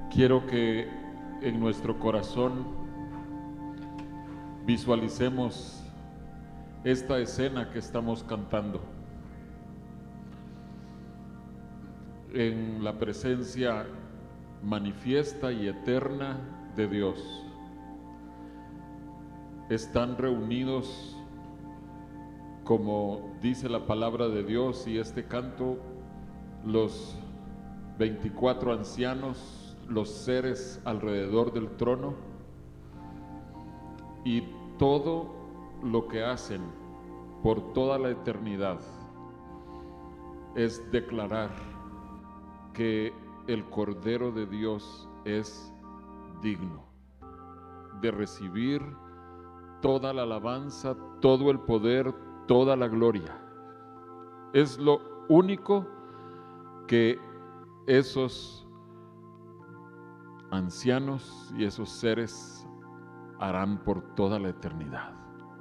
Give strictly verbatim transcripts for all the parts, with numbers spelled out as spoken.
Quiero que en nuestro corazón visualicemos esta escena que estamos cantando, en la presencia manifiesta y eterna de Dios. Están reunidos, como dice la palabra de Dios y este canto, los veinticuatro ancianos, los seres alrededor del trono, y todo lo que hacen por toda la eternidad es declarar que el Cordero de Dios es digno de recibir toda la alabanza, todo el poder, toda la gloria. Es lo único que esos ancianos y esos seres harán por toda la eternidad.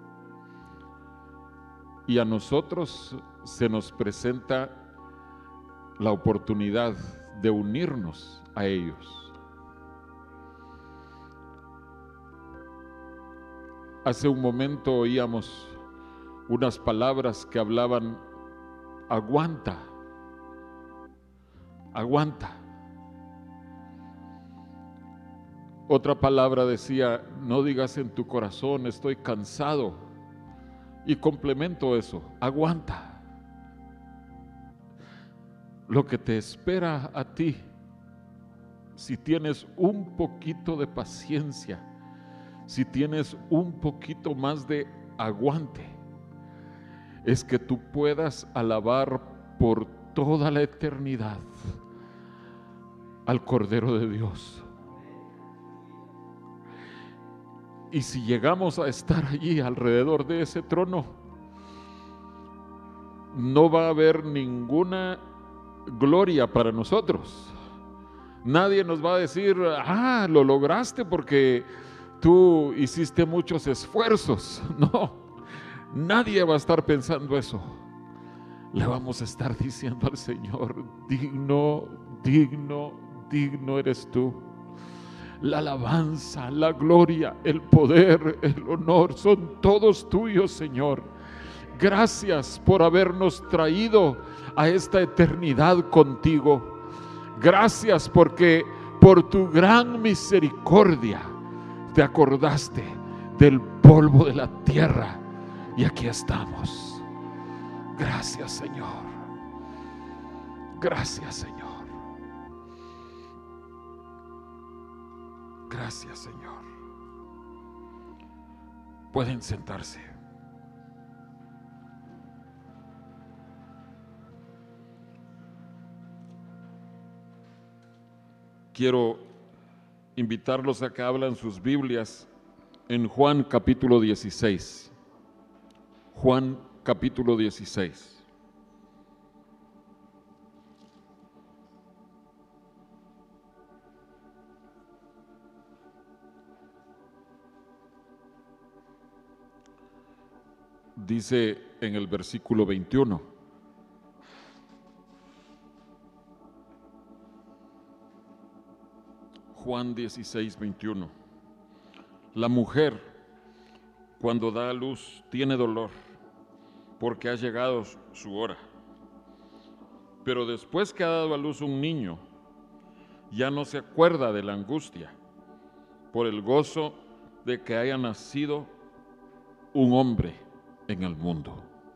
Y a nosotros se nos presenta la oportunidad de unirnos a ellos. Hace un momento oíamos unas palabras que hablaban: aguanta, aguanta. Otra palabra decía: no digas en tu corazón, estoy cansado. Y complemento eso: aguanta. Lo que te espera a ti, si tienes un poquito de paciencia, si tienes un poquito más de aguante, es que tú puedas alabar por toda la eternidad al Cordero de Dios. Y si llegamos a estar allí alrededor de ese trono, no va a haber ninguna gloria para nosotros. Nadie nos va a decir: ah, lo lograste porque tú hiciste muchos esfuerzos. No, nadie va a estar pensando eso. Le vamos a estar diciendo al Señor: digno, digno, digno eres tú. La alabanza, la gloria, el poder, el honor son todos tuyos, Señor. Gracias por habernos traído a esta eternidad contigo. Gracias porque por tu gran misericordia te acordaste del polvo de la tierra y aquí estamos. Gracias, Señor. Gracias, Señor. Gracias, Señor. Pueden sentarse. Quiero invitarlos a que abran sus Biblias en Juan capítulo dieciséis. Juan capítulo dieciséis. Dice en el versículo veintiuno: Juan dieciséis, veintiuno. La mujer, cuando da a luz, tiene dolor, porque ha llegado su hora. Pero después que ha dado a luz un niño, ya no se acuerda de la angustia, por el gozo de que haya nacido un hombre en el mundo.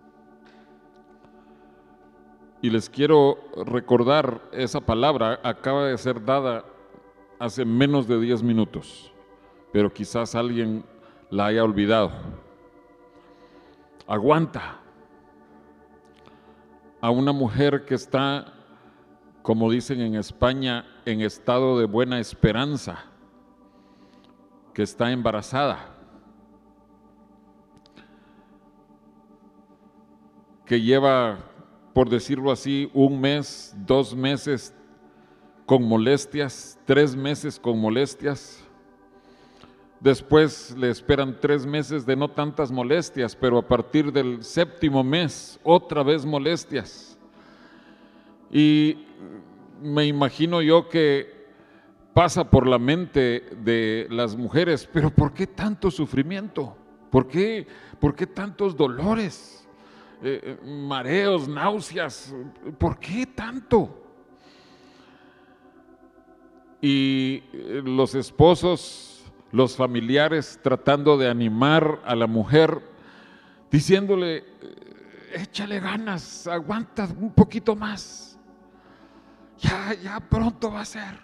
Y les quiero recordar, esa palabra acaba de ser dada hace menos de diez minutos, pero quizás alguien la haya olvidado. Aguanta. A una mujer que está, como dicen en España, en estado de buena esperanza, que está embarazada, que lleva, por decirlo así, un mes, dos meses con molestias, tres meses con molestias. Después le esperan tres meses de no tantas molestias, pero a partir del séptimo mes, otra vez molestias. Y me imagino yo que pasa por la mente de las mujeres, pero ¿por qué tanto sufrimiento? ¿Por qué, por qué tantos dolores, eh, mareos, náuseas? ¿Por qué tanto? Y los esposos, los familiares tratando de animar a la mujer, diciéndole, échale ganas, aguanta un poquito más, ya, ya pronto va a ser.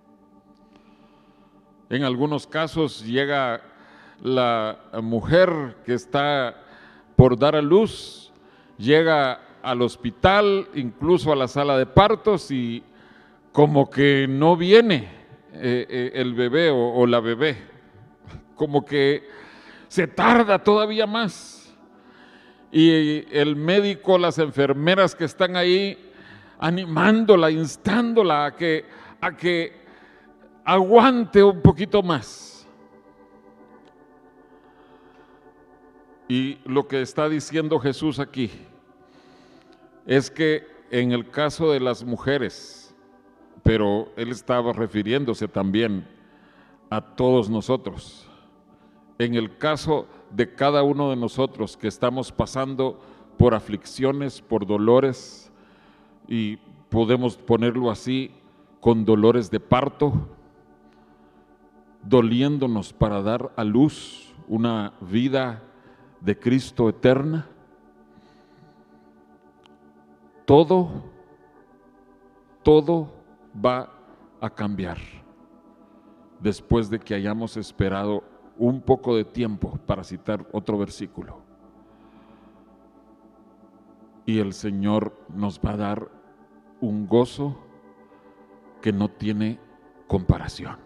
En algunos casos llega la mujer que está por dar a luz, llega al hospital, incluso a la sala de partos, y como que no viene eh, eh, el bebé o, o la bebé, como que se tarda todavía más. Y el médico, las enfermeras que están ahí animándola, instándola a que, a que aguante un poquito más. Y lo que está diciendo Jesús aquí es que en el caso de las mujeres, pero Él estaba refiriéndose también a todos nosotros, en el caso de cada uno de nosotros que estamos pasando por aflicciones, por dolores, y podemos ponerlo así, con dolores de parto, doliéndonos para dar a luz una vida de Cristo eterna, todo, todo va a cambiar después de que hayamos esperado un poco de tiempo, para citar otro versículo. Y el Señor nos va a dar un gozo que no tiene comparación.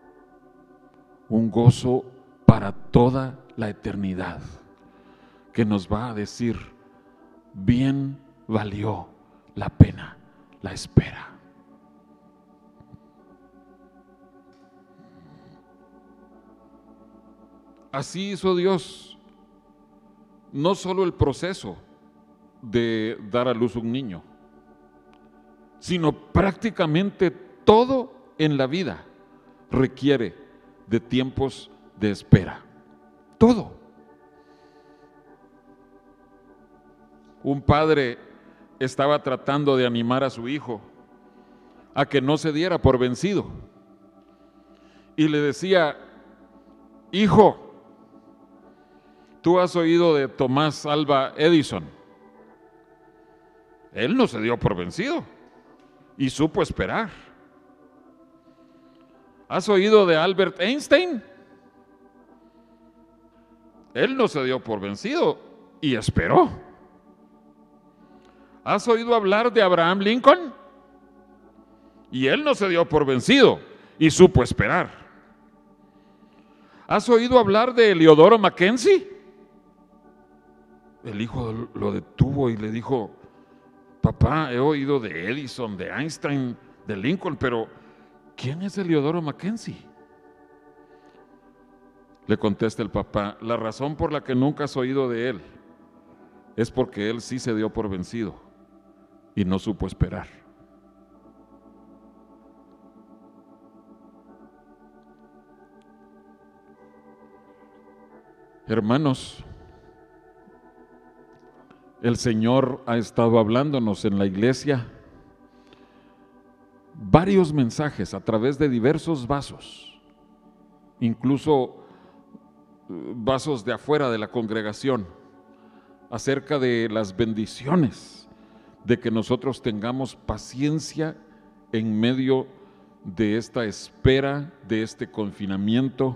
Un gozo para toda la eternidad, que nos va a decir, bien valió la pena la espera. Así hizo Dios, no solo el proceso de dar a luz un niño, sino prácticamente todo en la vida requiere de tiempos de espera. Todo. Un padre estaba tratando de animar a su hijo a que no se diera por vencido y le decía, hijo, tú has oído de Tomás Alva Edison. Él no se dio por vencido y supo esperar. ¿Has oído de Albert Einstein? Él no se dio por vencido y esperó. ¿Has oído hablar de Abraham Lincoln? Y él no se dio por vencido y supo esperar. ¿Has oído hablar de Eleodoro Mackenzie? El hijo lo detuvo y le dijo, papá, he oído de Edison, de Einstein, de Lincoln, pero ¿quién es Eleodoro Mackenzie? Le contesta el papá, la razón por la que nunca has oído de él es porque él sí se dio por vencido y no supo esperar. Hermanos, el Señor ha estado hablándonos en la iglesia varios mensajes a través de diversos vasos, incluso vasos de afuera de la congregación, acerca de las bendiciones de que nosotros tengamos paciencia en medio de esta espera, de este confinamiento,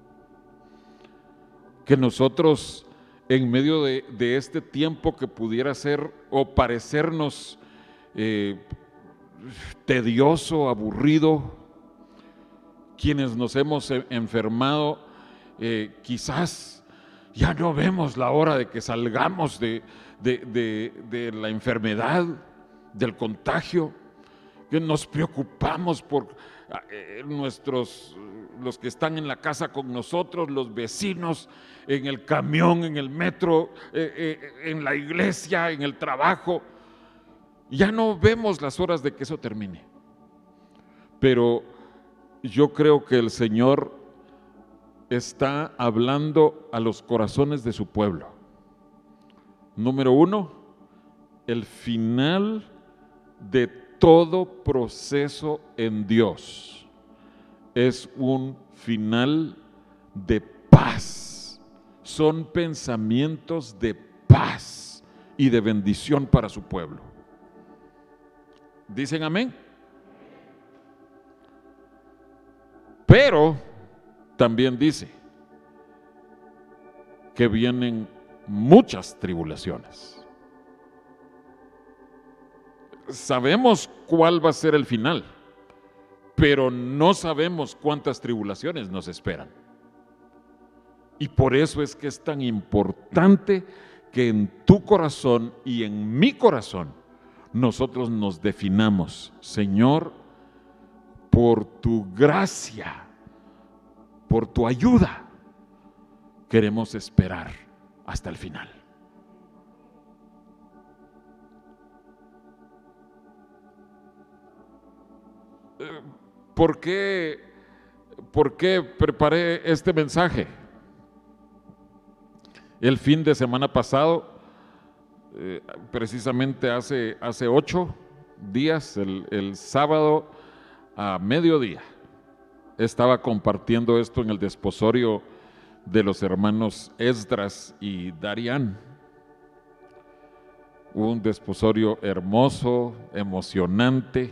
que nosotros en medio de, de este tiempo que pudiera ser o parecernos eh, tedioso, aburrido, quienes nos hemos enfermado, eh, quizás ya no vemos la hora de que salgamos de, de, de, de la enfermedad, del contagio, que nos preocupamos por eh, nuestros, los que están en la casa con nosotros, los vecinos, en el camión, en el metro, eh, eh, en la iglesia, en el trabajo. Ya no vemos las horas de que eso termine. Pero yo creo que el Señor está hablando a los corazones de su pueblo. Número uno, el final de todo proceso en Dios es un final de paz. Son pensamientos de paz y de bendición para su pueblo. ¿Dicen amén? Pero también dice que vienen muchas tribulaciones. Sabemos cuál va a ser el final, pero no sabemos cuántas tribulaciones nos esperan. Y por eso es que es tan importante que en tu corazón y en mi corazón nosotros nos definamos: Señor, por tu gracia, por tu ayuda, queremos esperar hasta el final. ¿Por qué, por qué preparé este mensaje? El fin de semana pasado, eh, precisamente hace, hace ocho días, el, el sábado a mediodía, estaba compartiendo esto en el desposorio de los hermanos Esdras y Darian. Un desposorio hermoso, emocionante,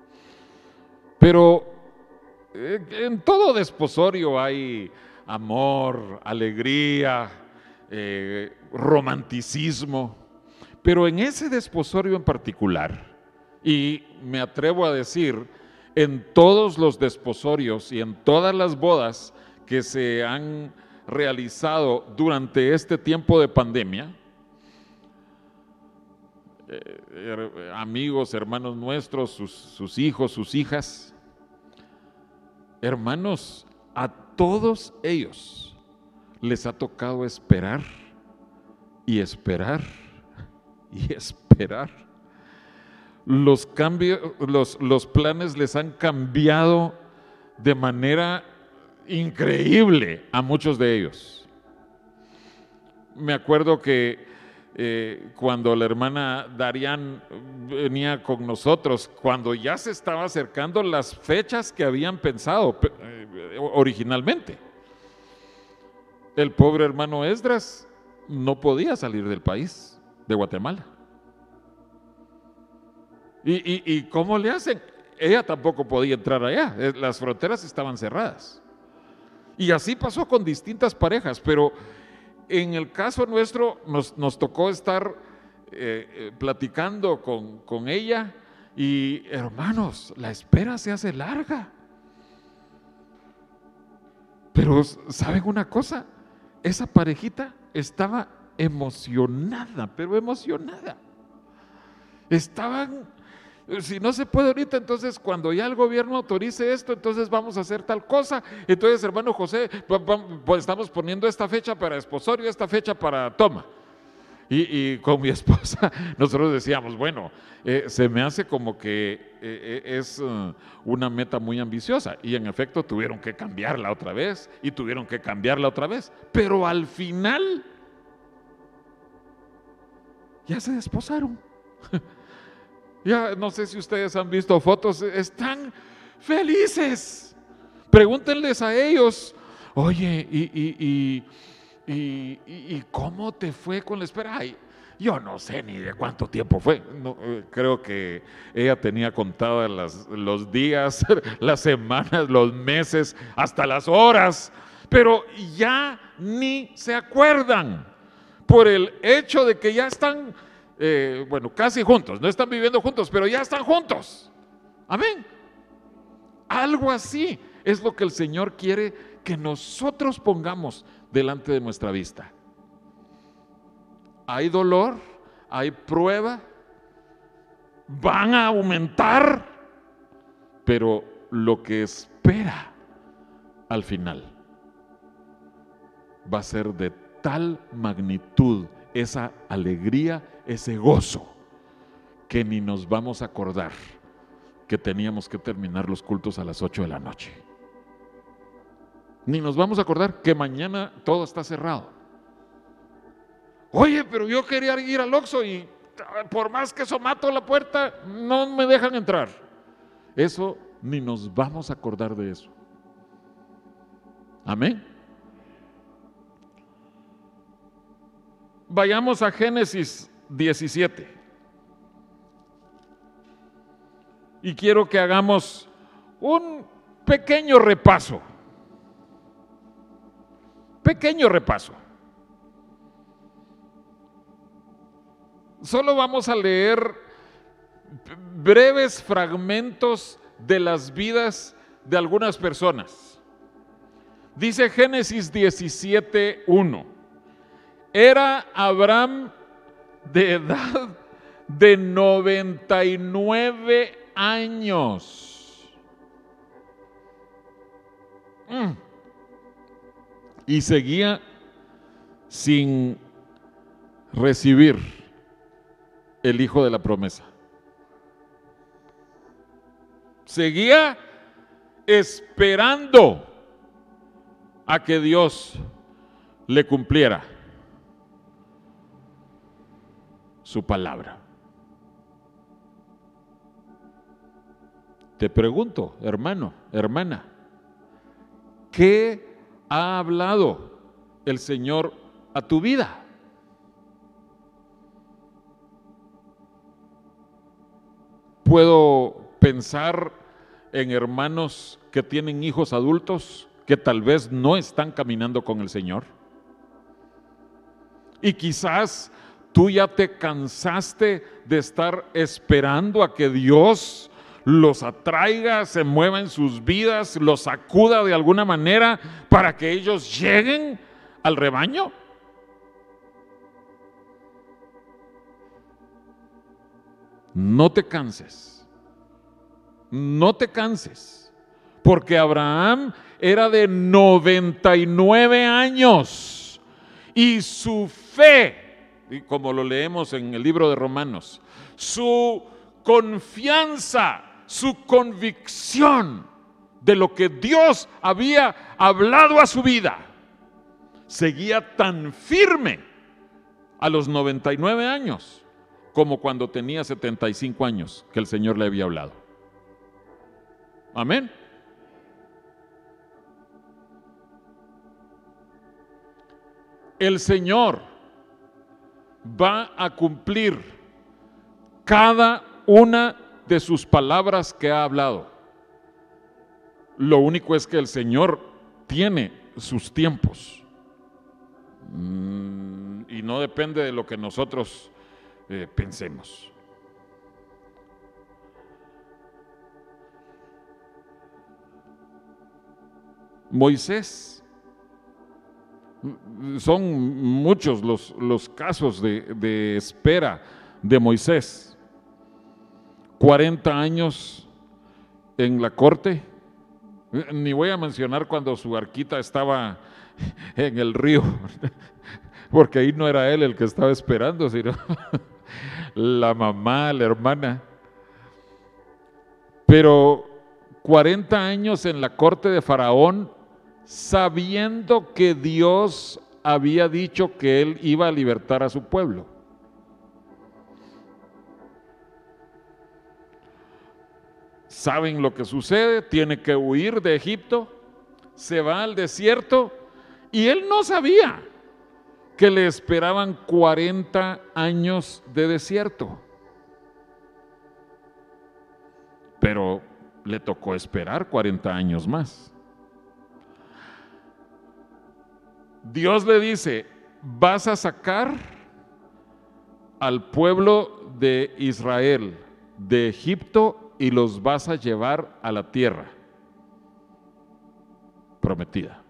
pero en todo desposorio hay amor, alegría, eh, romanticismo, pero en ese desposorio en particular, y me atrevo a decir, en todos los desposorios y en todas las bodas que se han realizado durante este tiempo de pandemia, eh, amigos, hermanos nuestros, sus, sus hijos, sus hijas, hermanos, a todos ellos les ha tocado esperar y esperar y esperar. Los cambios, los, los planes les han cambiado de manera increíble a muchos de ellos. Me acuerdo que eh, cuando la hermana Darian venía con nosotros, cuando ya se estaba acercando las fechas que habían pensado eh, originalmente, el pobre hermano Esdras no podía salir del país, de Guatemala. ¿Y, y, y cómo le hacen? Ella tampoco podía entrar allá, las fronteras estaban cerradas. Y así pasó con distintas parejas, pero en el caso nuestro nos, nos tocó estar eh, eh, platicando con, con ella y, hermanos, la espera se hace larga. Pero ¿saben una cosa? Esa parejita estaba emocionada, pero emocionada. Estaban, si no se puede ahorita, entonces cuando ya el gobierno autorice esto, entonces vamos a hacer tal cosa. Entonces, hermano José, pues estamos poniendo esta fecha para desposorio, esta fecha para toma. Y, y con mi esposa nosotros decíamos, bueno, eh, se me hace como que eh, es uh, una meta muy ambiciosa. Y en efecto tuvieron que cambiarla otra vez y tuvieron que cambiarla otra vez. Pero al final ya se desposaron. Ya no sé si ustedes han visto fotos, están felices. Pregúntenles a ellos, oye, ¿y, y, y, y, y cómo te fue con la espera? Ay, yo no sé ni de cuánto tiempo fue. No, eh, creo que ella tenía contadas las, los días, las semanas, los meses, hasta las horas, pero ya ni se acuerdan por el hecho de que ya están Eh, bueno, casi juntos, no están viviendo juntos, pero ya están juntos. Amén. Algo así es lo que el Señor quiere que nosotros pongamos delante de nuestra vista. Hay dolor, hay prueba, van a aumentar, pero lo que espera al final va a ser de tal magnitud, esa alegría, ese gozo, que ni nos vamos a acordar que teníamos que terminar los cultos a las ocho de la noche. Ni nos vamos a acordar que mañana todo está cerrado. Oye, pero yo quería ir al Oxxo y por más que somato la puerta, no me dejan entrar. Eso, ni nos vamos a acordar de eso. Amén. Vayamos a Génesis diecisiete. Y quiero que hagamos un pequeño repaso. Pequeño repaso. Solo vamos a leer breves fragmentos de las vidas de algunas personas. Dice Génesis diecisiete, uno. Era Abraham de edad de noventa y nueve años. Mm. Y seguía sin recibir el hijo de la promesa. Seguía esperando a que Dios le cumpliera su palabra. Te pregunto, hermano, hermana, ¿qué ha hablado el Señor a tu vida? Puedo pensar en hermanos que tienen hijos adultos que tal vez no están caminando con el Señor. Y quizás tú ya te cansaste de estar esperando a que Dios los atraiga, se mueva en sus vidas, los sacuda de alguna manera para que ellos lleguen al rebaño. No te canses, no te canses, porque Abraham era de noventa y nueve años y su fe, y como lo leemos en el libro de Romanos, su confianza, su convicción de lo que Dios había hablado a su vida, seguía tan firme a los noventa y nueve años como cuando tenía setenta y cinco años que el Señor le había hablado. Amén. El Señor va a cumplir cada una de sus palabras que ha hablado. Lo único es que el Señor tiene sus tiempos mm, y no depende de lo que nosotros eh, pensemos. Moisés, son muchos los, los casos de, de espera de Moisés. cuarenta años en la corte. Ni voy a mencionar cuando su arquita estaba en el río, porque ahí no era él el que estaba esperando, sino la mamá, la hermana. Pero cuarenta años en la corte de Faraón, sabiendo que Dios había dicho que él iba a libertar a su pueblo. ¿Saben lo que sucede? Tiene que huir de Egipto, se va al desierto y él no sabía que le esperaban cuarenta años de desierto. Pero le tocó esperar cuarenta años más. Dios le dice, vas a sacar al pueblo de Israel de Egipto y los vas a llevar a la tierra prometida.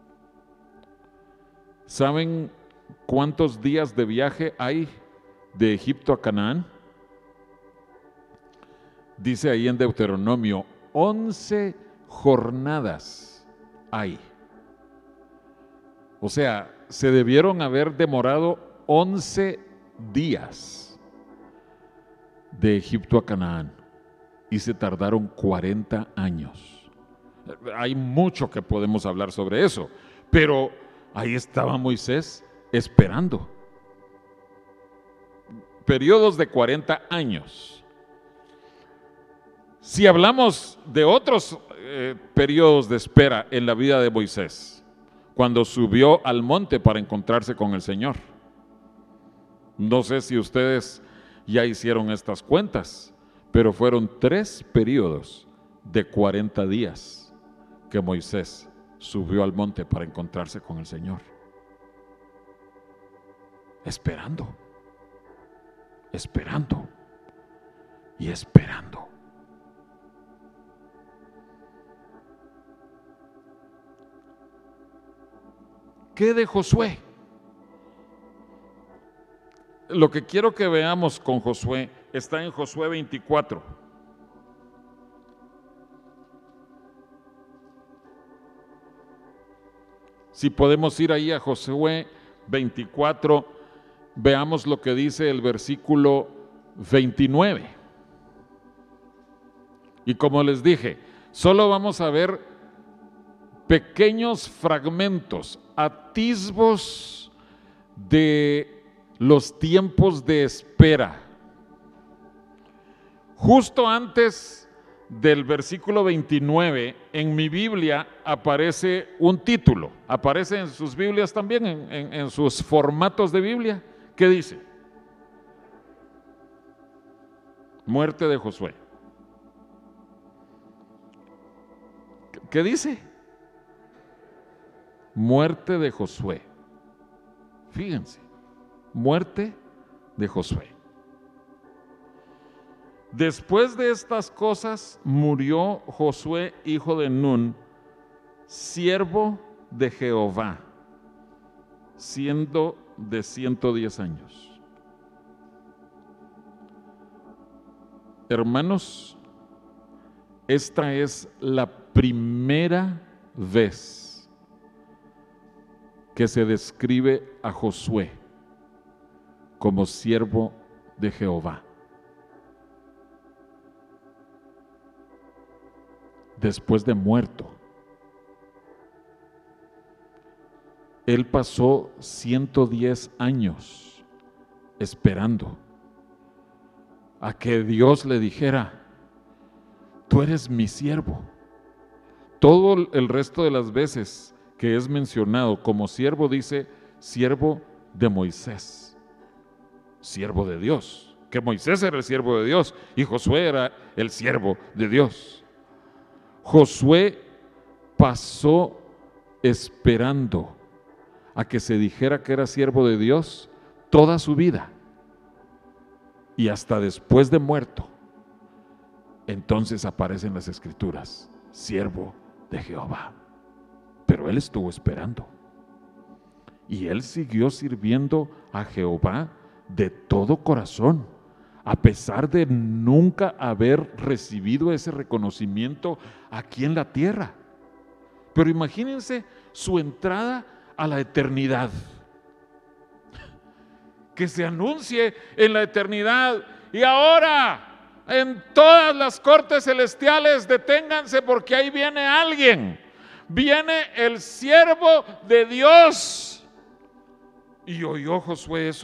¿Saben cuántos días de viaje hay de Egipto a Canaán? Dice ahí en Deuteronomio, once jornadas hay. O sea, se debieron haber demorado once días de Egipto a Canaán y se tardaron cuarenta años. Hay mucho que podemos hablar sobre eso, pero ahí estaba Moisés esperando. Periodos de cuarenta años. Si hablamos de otros eh, periodos de espera en la vida de Moisés, cuando subió al monte para encontrarse con el Señor. No sé si ustedes ya hicieron estas cuentas, pero fueron tres periodos de cuarenta días que Moisés subió al monte para encontrarse con el Señor. Esperando, esperando y esperando. ¿Qué de Josué? Lo que quiero que veamos con Josué está en Josué veinticuatro. Si podemos ir ahí a Josué veinticuatro, veamos lo que dice el versículo veintinueve. Y como les dije, solo vamos a ver pequeños fragmentos, atisbos de los tiempos de espera. Justo antes del versículo veintinueve, en mi Biblia aparece un título, aparece en sus Biblias también, en, en, en sus formatos de Biblia, que dice: muerte de Josué. ¿Qué dice? Muerte de Josué. Fíjense, muerte de Josué. Después de estas cosas murió Josué, hijo de Nun, siervo de Jehová, siendo de ciento diez años. Hermanos, esta es la primera vez que se describe a Josué como siervo de Jehová. Después de muerto, él pasó ciento diez años esperando a que Dios le dijera: tú eres mi siervo. Todo el resto de las veces que es mencionado como siervo dice siervo de Moisés, siervo de Dios, que Moisés era el siervo de Dios y Josué era el siervo de Dios. Josué pasó esperando a que se dijera que era siervo de Dios toda su vida, y hasta después de muerto, entonces aparecen las escrituras, siervo de Jehová. Pero él estuvo esperando y él siguió sirviendo a Jehová de todo corazón, a pesar de nunca haber recibido ese reconocimiento aquí en la tierra. Pero imagínense su entrada a la eternidad, que se anuncie en la eternidad: y ahora en todas las cortes celestiales deténganse, porque ahí viene alguien, viene el siervo de Dios. Y oyó Josué eso.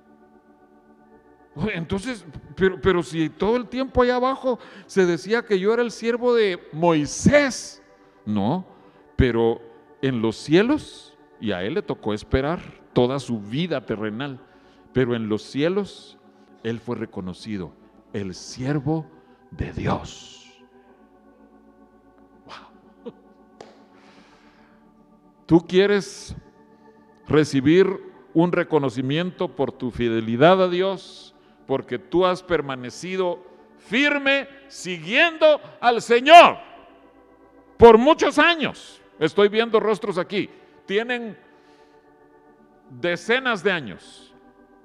Entonces, pero, pero si todo el tiempo allá abajo se decía que yo era el siervo de Moisés. No, pero en los cielos, y a él le tocó esperar toda su vida terrenal, pero en los cielos él fue reconocido el siervo de Dios. Wow. ¿Tú quieres recibir un reconocimiento por tu fidelidad a Dios? Porque tú has permanecido firme siguiendo al Señor por muchos años. Estoy viendo rostros aquí, tienen decenas de años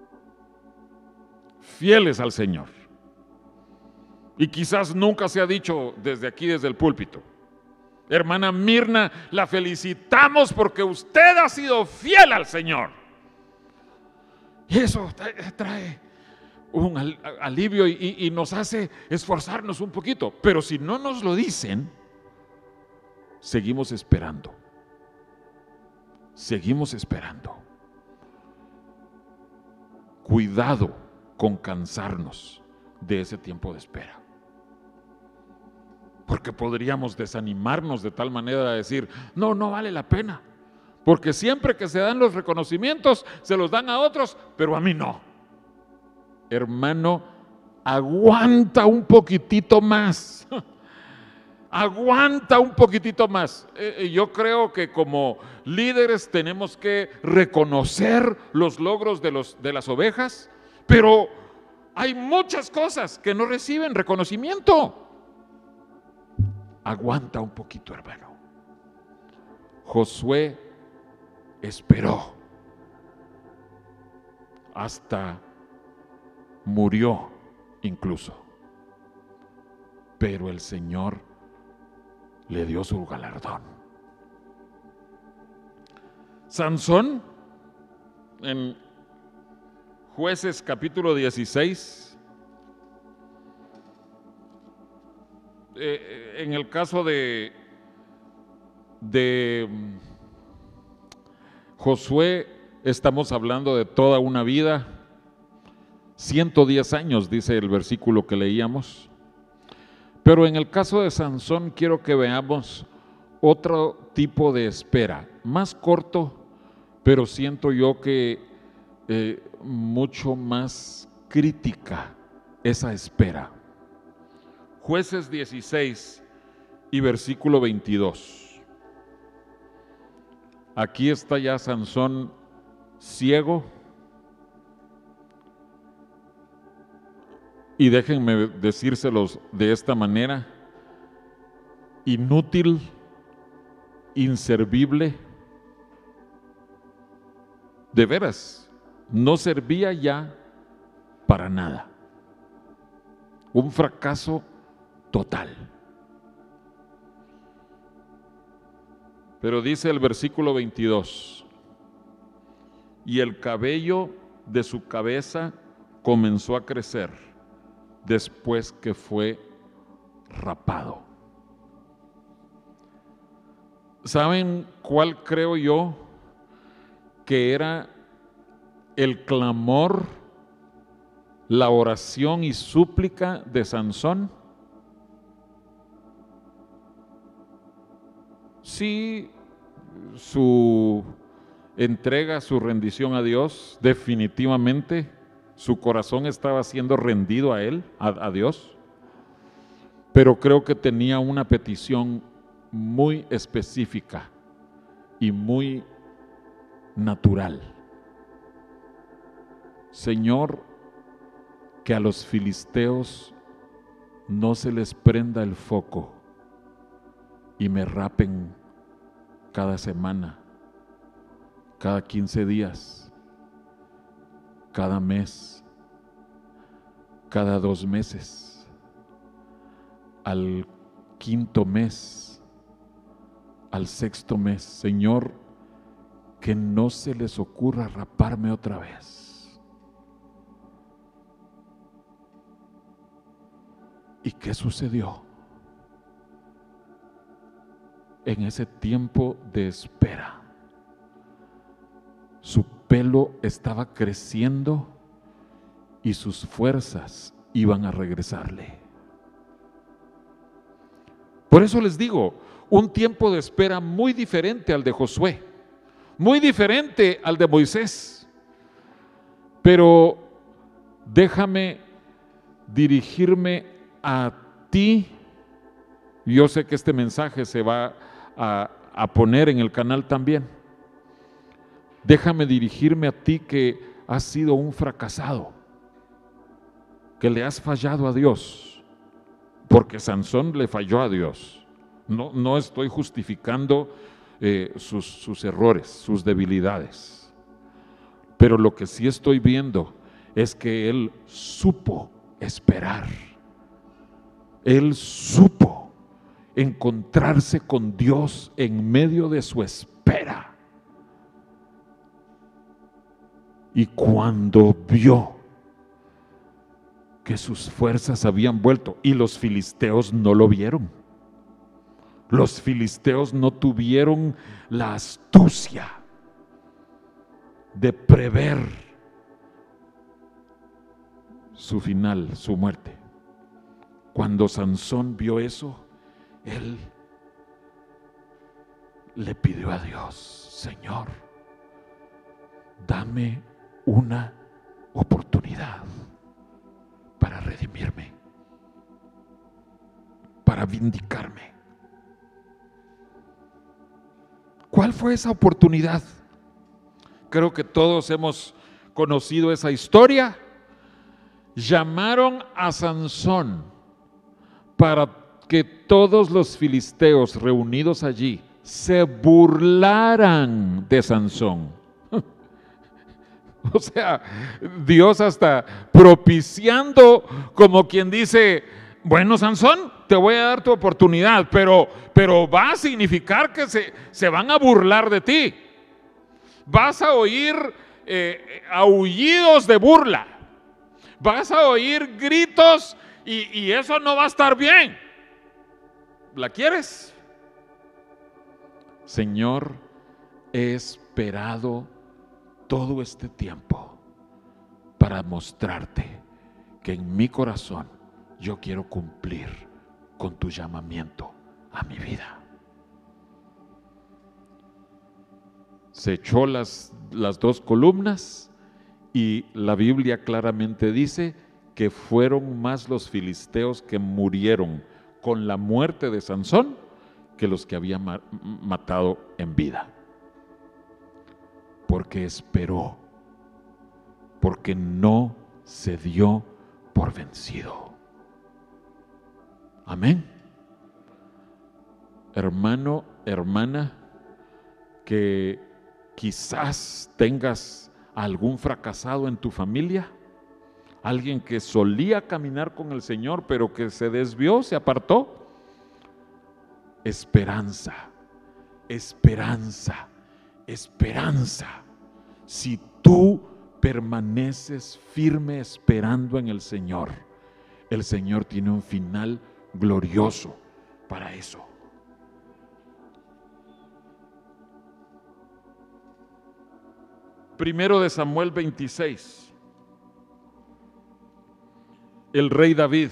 fieles al Señor. Y quizás nunca se ha dicho desde aquí, desde el púlpito: hermana Mirna, la felicitamos porque usted ha sido fiel al Señor. Y eso trae un alivio y, y nos hace esforzarnos un poquito. Pero si no nos lo dicen, seguimos esperando. Seguimos esperando. Cuidado con cansarnos de ese tiempo de espera. Porque podríamos desanimarnos de tal manera de decir, no, no vale la pena. Porque siempre que se dan los reconocimientos, se los dan a otros, pero a mí no. Hermano, aguanta un poquitito más. Aguanta un poquitito más. Eh, yo creo que como líderes tenemos que reconocer los logros de, los, de las ovejas, pero hay muchas cosas que no reciben reconocimiento. Aguanta un poquito, hermano. Josué esperó hasta murió incluso, pero el Señor le dio su galardón. Sansón, en Jueces capítulo dieciséis, eh, en el caso de, de Josué, estamos hablando de toda una vida, ciento diez años, dice el versículo que leíamos. Pero en el caso de Sansón quiero que veamos otro tipo de espera, más corto, pero siento yo que eh, mucho más crítica esa espera. Jueces dieciséis y versículo veintidós. Aquí está ya Sansón ciego. Y déjenme decírselos de esta manera: inútil, inservible, de veras, no servía ya para nada. Un fracaso total. Pero dice el versículo veintidós: y el cabello de su cabeza comenzó a crecer después que fue rapado. ¿Saben cuál creo yo que era el clamor, la oración y súplica de Sansón? Sí, su entrega, su rendición a Dios, definitivamente su corazón estaba siendo rendido a Él, a, a Dios, pero creo que tenía una petición muy específica y muy natural. Señor, que a los filisteos no se les prenda el foco y me rapen cada semana, cada quince días, cada mes, cada dos meses, al quinto mes, al sexto mes. Señor, que no se les ocurra raparme otra vez. ¿Y qué sucedió? En ese tiempo de espera, su pelo estaba creciendo y sus fuerzas iban a regresarle. Por eso les digo, un tiempo de espera muy diferente al de Josué, muy diferente al de Moisés. Pero déjame dirigirme a ti. Yo sé que este mensaje se va a, a poner en el canal también. Déjame dirigirme a ti que has sido un fracasado, que le has fallado a Dios, porque Sansón le falló a Dios. No, no estoy justificando eh, sus, sus errores, sus debilidades, pero lo que sí estoy viendo es que él supo esperar. Él supo encontrarse con Dios en medio de su espera. Y cuando vio que sus fuerzas habían vuelto, y los filisteos no lo vieron, Los filisteos no tuvieron la astucia de prever su final, su muerte. Cuando Sansón vio eso, él le pidió a Dios: Señor, dame una oportunidad para redimirme, para vindicarme. ¿Cuál fue esa oportunidad? Creo que todos hemos conocido esa historia. Llamaron a Sansón para que todos los filisteos reunidos allí se burlaran de Sansón. O sea, Dios hasta propiciando, como quien dice: bueno, Sansón, te voy a dar tu oportunidad, pero, pero va a significar que se, se van a burlar de ti. Vas a oír eh, aullidos de burla. Vas a oír gritos y, y eso no va a estar bien. ¿La quieres? Señor, he esperado todo este tiempo para mostrarte que en mi corazón yo quiero cumplir con tu llamamiento a mi vida. Se echó las, las dos columnas y la Biblia claramente dice que fueron más los filisteos que murieron con la muerte de Sansón que los que había ma- matado en vida. Porque esperó, porque no se dio por vencido. Amén. Hermano, hermana, que quizás tengas algún fracasado en tu familia, alguien que solía caminar con el Señor pero que se desvió, se apartó. Esperanza, esperanza, esperanza. Si tú permaneces firme esperando en el Señor, el Señor tiene un final glorioso para eso. Primero de Samuel veintiséis. El rey David,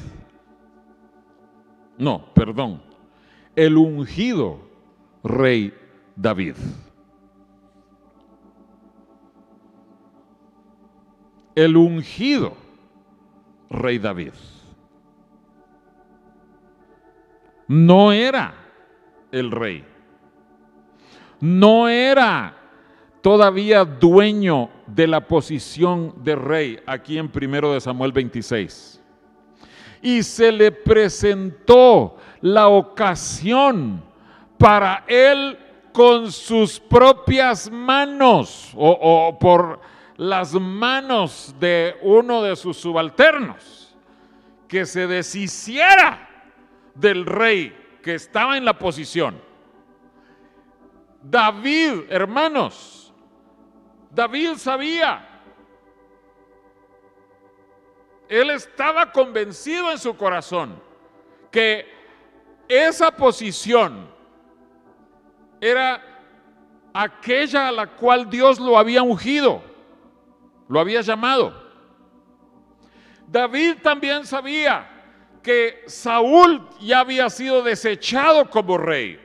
no, perdón, el ungido rey David. El ungido rey David. No era el rey. No era todavía dueño de la posición de rey aquí en Primero de Samuel veintiséis. Y se le presentó la ocasión para él con sus propias manos o, o por las manos de uno de sus subalternos, que se deshiciera del rey que estaba en la posición. David, hermanos, David sabía, él estaba convencido en su corazón que esa posición era aquella a la cual Dios lo había ungido, lo había llamado. David también sabía que Saúl ya había sido desechado como rey.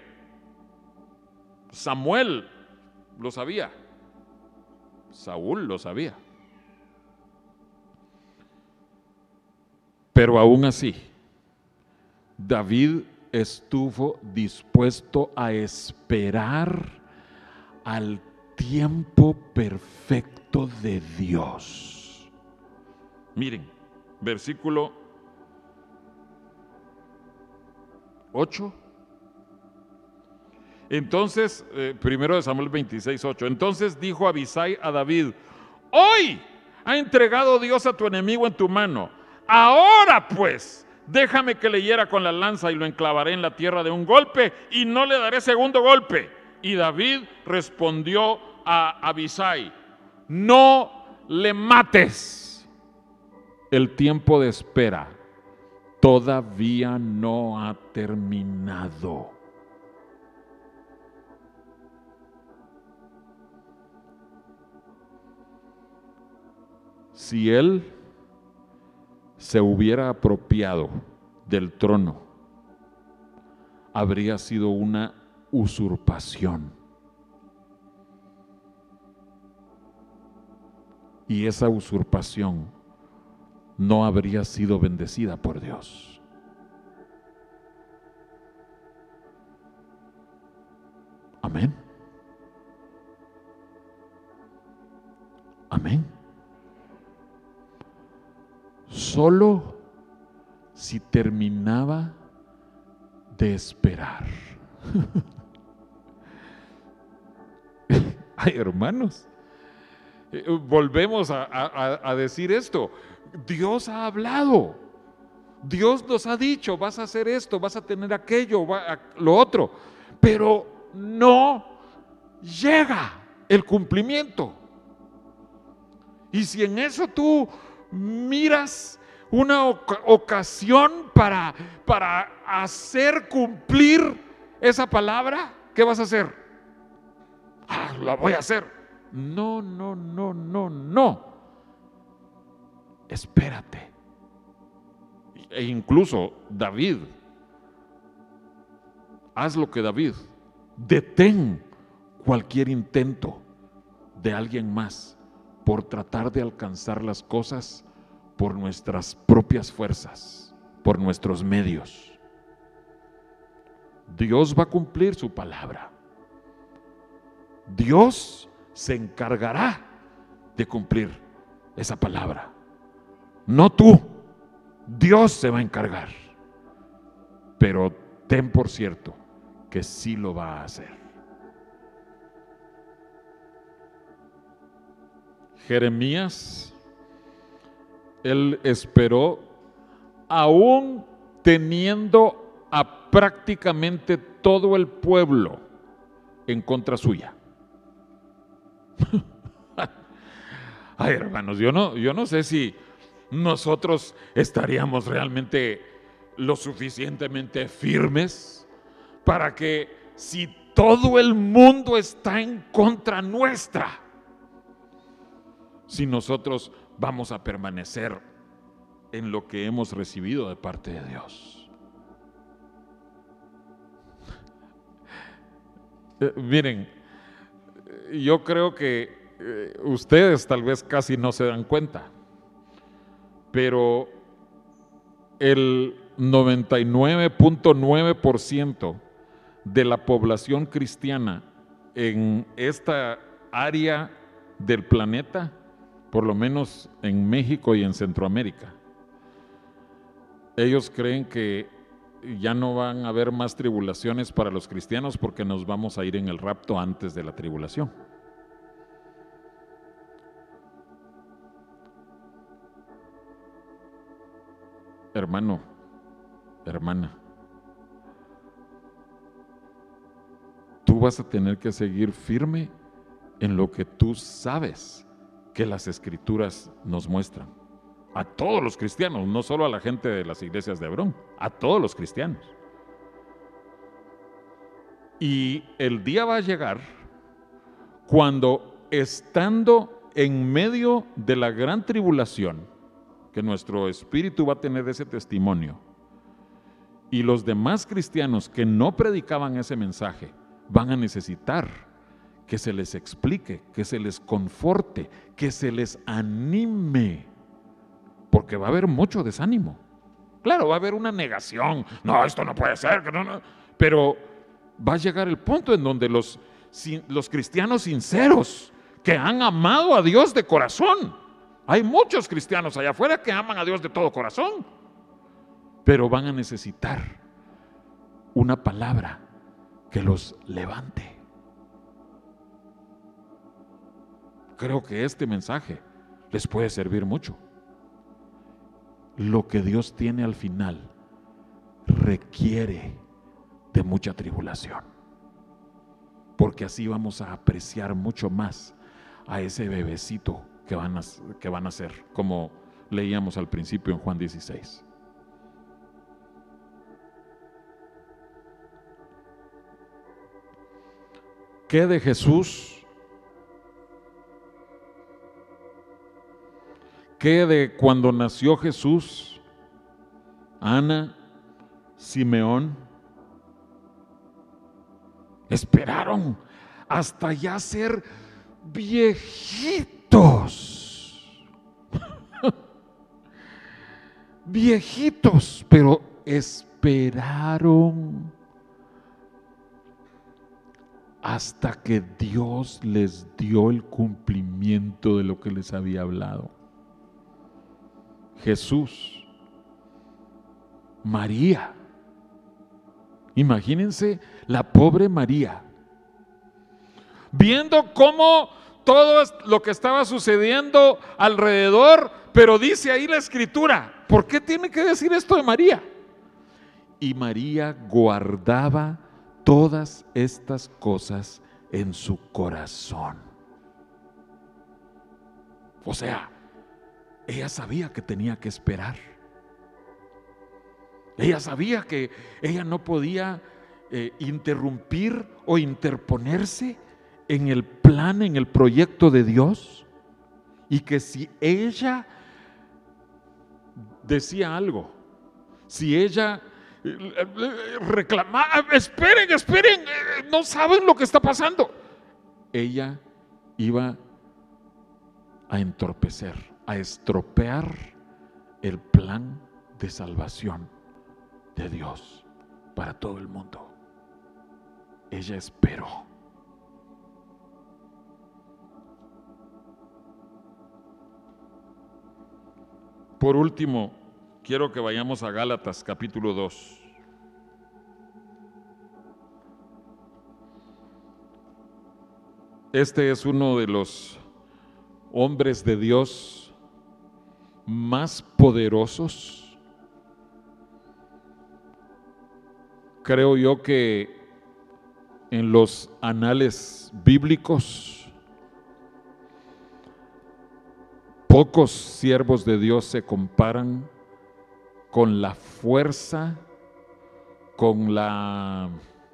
Samuel lo sabía. Saúl lo sabía. Pero aún así, David estuvo dispuesto a esperar al tiempo perfecto de Dios. Miren, versículo ocho. Entonces, eh, primero de Samuel veintiséis, ocho. Entonces dijo Abisai a David: hoy ha entregado Dios a tu enemigo en tu mano. Ahora pues, déjame que le hiera con la lanza y lo enclavaré en la tierra de un golpe y no le daré segundo golpe. Y David respondió a Abisai: no le mates. El tiempo de espera todavía no ha terminado. si él se hubiera apropiado del trono, habría sido una usurpación. Y esa usurpación no habría sido bendecida por Dios. Amén. Amén. Solo si terminaba de esperar. Ay, hermanos, eh, volvemos a, a, a decir esto. Dios ha hablado. Dios nos ha dicho, vas a hacer esto, vas a tener aquello, va a, lo otro. Pero no llega el cumplimiento. Y si en eso tú miras una ocasión para, para hacer cumplir esa palabra, ¿qué vas a hacer? Ah, la voy a hacer. No, no, no, no, no. Espérate. E incluso David, haz lo que David, detén cualquier intento de alguien más por tratar de alcanzar las cosas por nuestras propias fuerzas, por nuestros medios. Dios va a cumplir su palabra. Dios se encargará de cumplir esa palabra. No tú, Dios se va a encargar. Pero ten por cierto que sí lo va a hacer. Jeremías, él esperó aún teniendo a prácticamente todo el pueblo en contra suya. Ay, hermanos, yo no, yo no sé si nosotros estaríamos realmente lo suficientemente firmes para que, si todo el mundo está en contra nuestra, si nosotros vamos a permanecer en lo que hemos recibido de parte de Dios. Eh, miren, yo creo que eh, ustedes tal vez casi no se dan cuenta, pero el noventa y nueve punto nueve por ciento de la población cristiana en esta área del planeta, por lo menos en México y en Centroamérica, ellos creen que ya no van a haber más tribulaciones para los cristianos porque nos vamos a ir en el rapto antes de la tribulación. Hermano, hermana, tú vas a tener que seguir firme en lo que tú sabes que las Escrituras nos muestran. A todos los cristianos, no solo a la gente de las iglesias de Hebrón, a todos los cristianos. Y el día va a llegar cuando, estando en medio de la gran tribulación, que nuestro espíritu va a tener ese testimonio, y los demás cristianos que no predicaban ese mensaje van a necesitar que se les explique, que se les conforte, que se les anime, porque va a haber mucho desánimo. Claro, va a haber una negación. No, esto no puede ser. Que no, no. Pero va a llegar el punto en donde los, los cristianos sinceros, que han amado a Dios de corazón, hay muchos cristianos allá afuera que aman a Dios de todo corazón, pero van a necesitar una palabra que los levante. Creo que este mensaje les puede servir mucho. Lo que Dios tiene al final requiere de mucha tribulación, porque así vamos a apreciar mucho más a ese bebecito que van a, que van a ser, como leíamos al principio en Juan dieciséis. ¿Qué de Jesús? ¿Qué de cuando nació Jesús? Ana, Simeón, esperaron hasta ya ser viejitos, viejitos, pero esperaron hasta que Dios les dio el cumplimiento de lo que les había hablado. Jesús, María, imagínense la pobre María, viendo cómo todo lo que estaba sucediendo alrededor, pero dice ahí la Escritura, ¿por qué tiene que decir esto de María? Y María guardaba todas estas cosas en su corazón. O sea, ella sabía que tenía que esperar. Ella sabía que ella no podía eh, interrumpir o interponerse en el plan, en el proyecto de Dios, y que si ella decía algo, si ella reclamaba, esperen, esperen, no saben lo que está pasando, ella iba a entorpecer, a estropear el plan de salvación de Dios para todo el mundo. Ella esperó. Por último, quiero que vayamos a Gálatas capítulo dos. Este es uno de los hombres de Dios más poderosos. Creo yo que en los anales bíblicos pocos siervos de Dios se comparan con la fuerza, con la,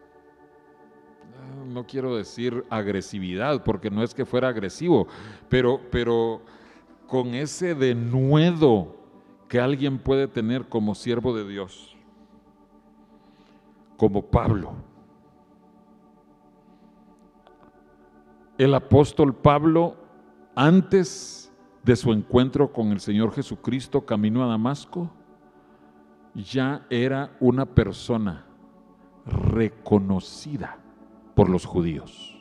no quiero decir agresividad, porque no es que fuera agresivo, pero, pero con ese denuedo que alguien puede tener como siervo de Dios, como Pablo. El apóstol Pablo, antes de su encuentro con el Señor Jesucristo camino a Damasco, ya era una persona reconocida por los judíos.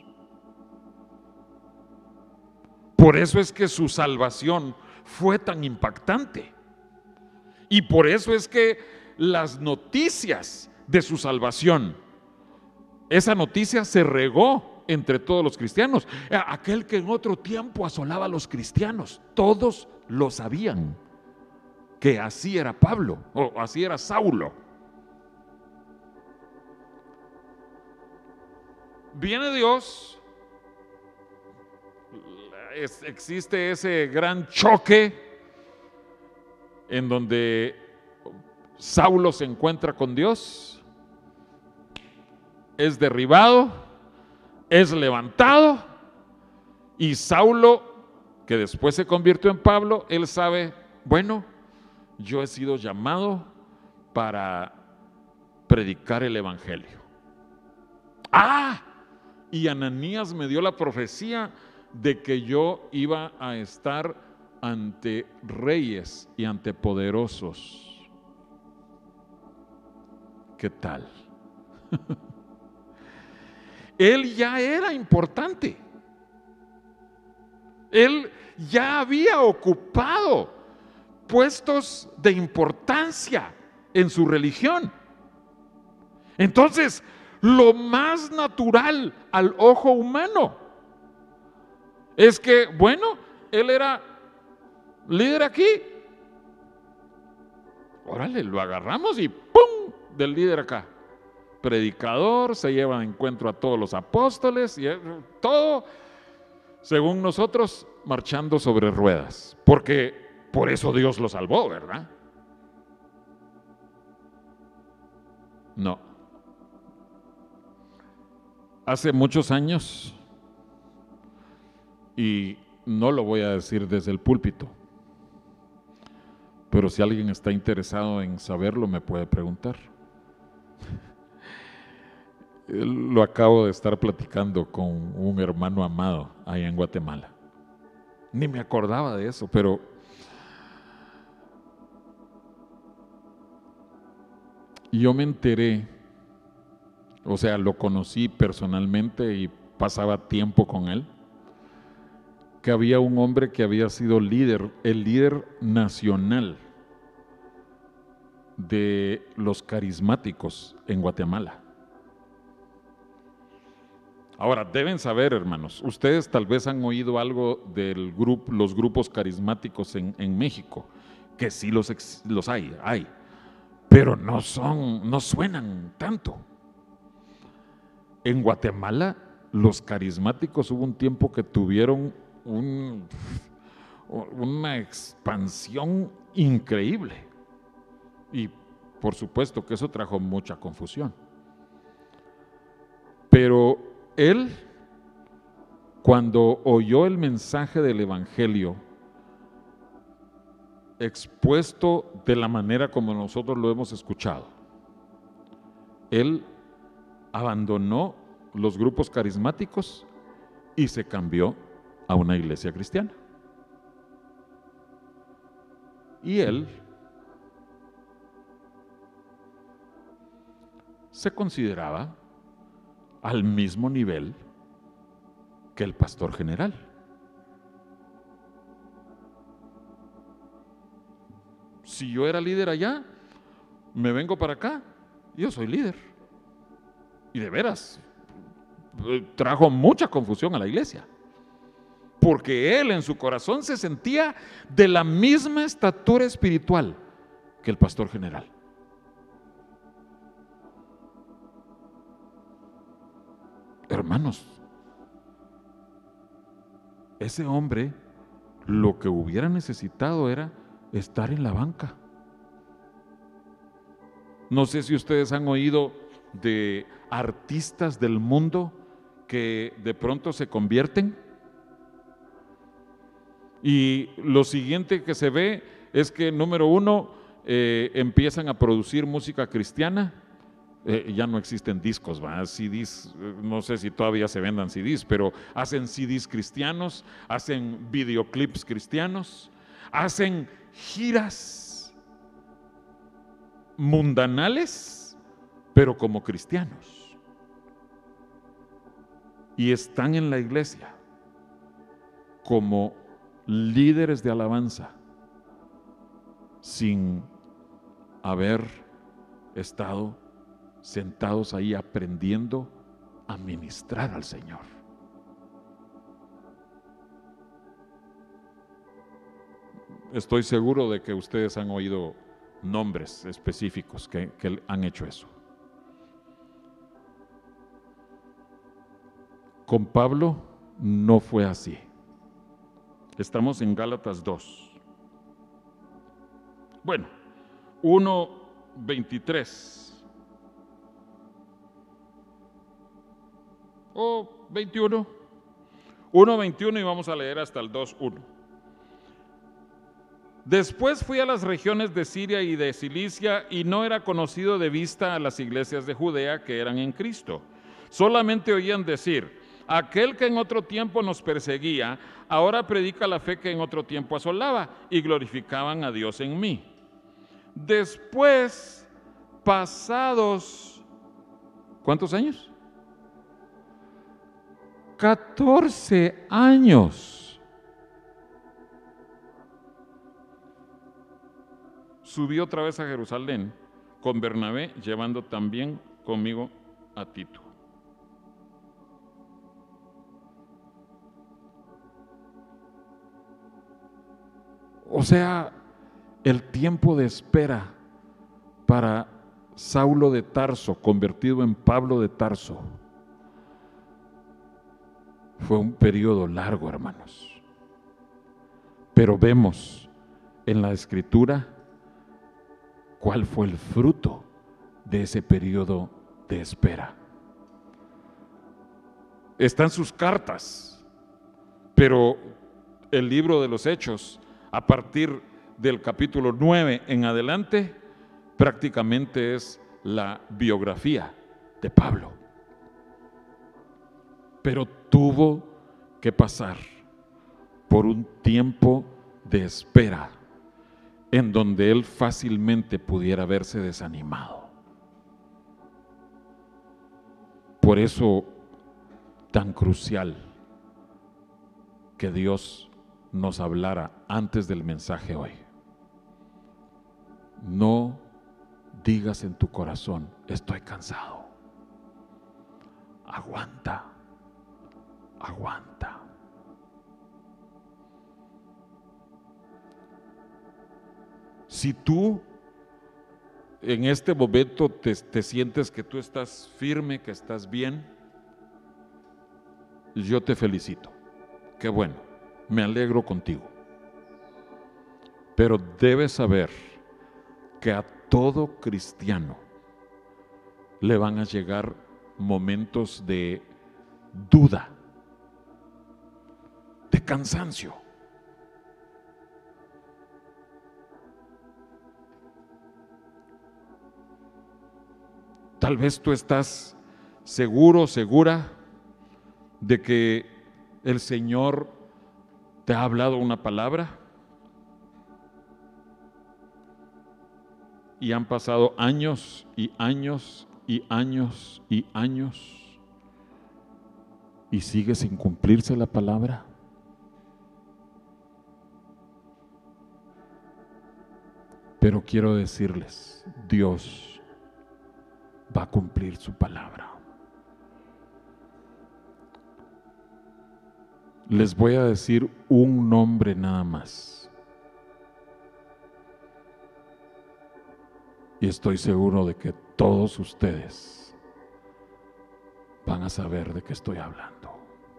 Por eso es que su salvación fue tan impactante. Y por eso es que las noticias de su salvación, esa noticia se regó entre todos los cristianos. Aquel que en otro tiempo asolaba a los cristianos, todos lo sabían, que así era Pablo, o así era Saulo. Viene Dios, es, existe ese gran choque en donde Saulo se encuentra con Dios, es derribado, es levantado, y Saulo, que después se convirtió en Pablo, él sabe, bueno, yo he sido llamado para predicar el evangelio. Ah, y Ananías me dio la profecía de que yo iba a estar ante reyes y ante poderosos. ¿Qué tal? Él ya era importante. Él ya había ocupado puestos de importancia en su religión. Entonces, lo más natural al ojo humano es que, bueno, él era líder aquí. Órale, lo agarramos y ¡pum! Del líder acá. Predicador, se lleva de encuentro a todos los apóstoles y todo, según nosotros, marchando sobre ruedas, porque por eso Dios lo salvó, ¿verdad? No. Hace muchos años, y no lo voy a decir desde el púlpito, pero si alguien está interesado en saberlo, me puede preguntar. Lo acabo de estar platicando con un hermano amado allá en Guatemala. Ni me acordaba de eso, pero yo me enteré, o sea, lo conocí personalmente y pasaba tiempo con él, que había un hombre que había sido líder, el líder nacional de los carismáticos en Guatemala. Ahora, deben saber, hermanos, ustedes tal vez han oído algo de grupo, los grupos carismáticos en, en México, que sí los, los hay, hay, pero no son, no suenan tanto. En Guatemala, los carismáticos hubo un tiempo que tuvieron un, una expansión increíble. Y por supuesto que eso trajo mucha confusión. Pero él, cuando oyó el mensaje del Evangelio, expuesto de la manera como nosotros lo hemos escuchado, él abandonó los grupos carismáticos y se cambió a una iglesia cristiana. Y él se consideraba al mismo nivel que el pastor general. Si yo era líder allá, me vengo para acá, yo soy líder. Y de veras, trajo mucha confusión a la iglesia, porque él en su corazón se sentía de la misma estatura espiritual que el pastor general. Hermanos, ese hombre lo que hubiera necesitado era estar en la banca. No sé si ustedes han oído de artistas del mundo que de pronto se convierten y lo siguiente que se ve es que, número uno, eh, empiezan a producir música cristiana. Eh, ya no existen discos, ¿va? C Ds, no sé si todavía se vendan C Ds, pero hacen C Ds cristianos, hacen videoclips cristianos, hacen giras mundanales, pero como cristianos. Y están en la iglesia como líderes de alabanza sin haber estado sentados ahí aprendiendo a ministrar al Señor. Estoy seguro de que ustedes han oído nombres específicos que, que han hecho eso. Con Pablo no fue así. Estamos en Gálatas dos. Bueno, uno veintitrés. O veintiuno. uno veintiuno y vamos a leer hasta el dos uno. Después fui a las regiones de Siria y de Cilicia y no era conocido de vista a las iglesias de Judea que eran en Cristo. Solamente oían decir: aquel que en otro tiempo nos perseguía, ahora predica la fe que en otro tiempo asolaba, y glorificaban a Dios en mí. Después, pasados, ¿cuántos años? catorce años. Subí otra vez a Jerusalén con Bernabé, llevando también conmigo a Tito. O sea, el tiempo de espera para Saulo de Tarso, convertido en Pablo de Tarso, fue un periodo largo, hermanos. Pero vemos en la Escritura cuál fue el fruto de ese periodo de espera. Están sus cartas, pero el libro de los Hechos, a partir del capítulo nueve en adelante, prácticamente es la biografía de Pablo. Pero tuvo que pasar por un tiempo de espera en donde él fácilmente pudiera verse desanimado. Por eso, tan crucial que Dios nos hablara antes del mensaje hoy. No digas en tu corazón, estoy cansado. Aguanta, aguanta. Si tú en este momento te, te sientes que tú estás firme, que estás bien, yo te felicito. Qué bueno, me alegro contigo. Pero debes saber que a todo cristiano le van a llegar momentos de duda, de cansancio. Tal vez tú estás seguro, segura de que el Señor te ha hablado una palabra y han pasado años y años y años y años y sigue sin cumplirse la palabra. Pero quiero decirles, Dios va a cumplir su palabra. Les voy a decir un nombre nada más. Y estoy seguro de que todos ustedes van a saber de qué estoy hablando.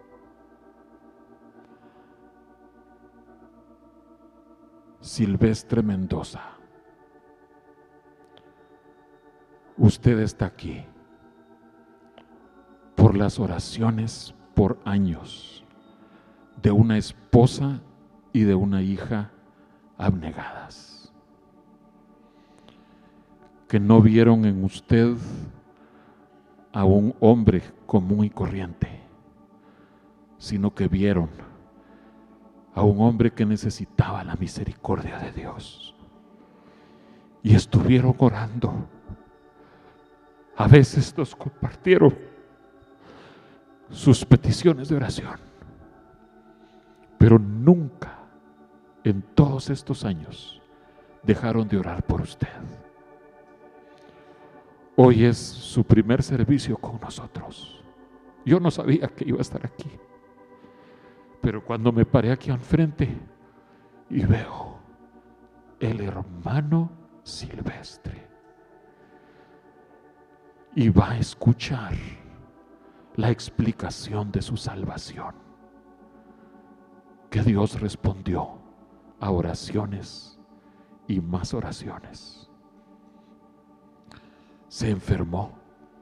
Silvestre Mendoza. Usted está aquí por las oraciones por años de una esposa y de una hija abnegadas, que no vieron en usted a un hombre común y corriente, sino que vieron a un hombre que necesitaba la misericordia de Dios y estuvieron orando. A veces nos compartieron sus peticiones de oración, pero nunca en todos estos años dejaron de orar por usted. Hoy es su primer servicio con nosotros. Yo no sabía que iba a estar aquí, pero cuando me paré aquí enfrente y veo el hermano Silvestre, y va a escuchar la explicación de su salvación, que Dios respondió a oraciones y más oraciones. Se enfermó.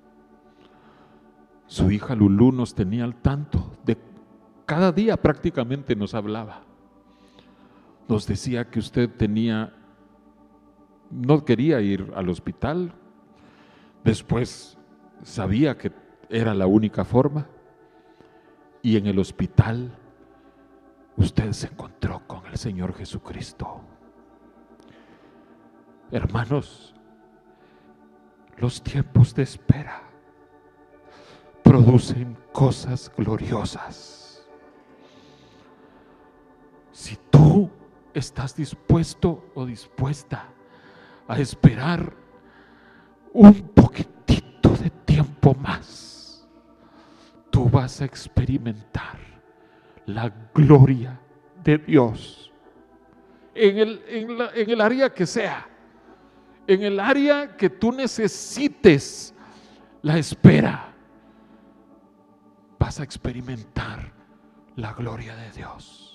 Su hija Lulú nos tenía al tanto de cada día, prácticamente nos hablaba. Nos decía que usted tenía, no quería ir al hospital. Después sabía que era la única forma, y en el hospital usted se encontró con el Señor Jesucristo. Hermanos, los tiempos de espera producen cosas gloriosas. Si tú estás dispuesto o dispuesta a esperar un poquitito de tiempo más, tú vas a experimentar la gloria de Dios en el, en la, en el área que sea, en el área que tú necesites la espera. Vas a experimentar la gloria de Dios.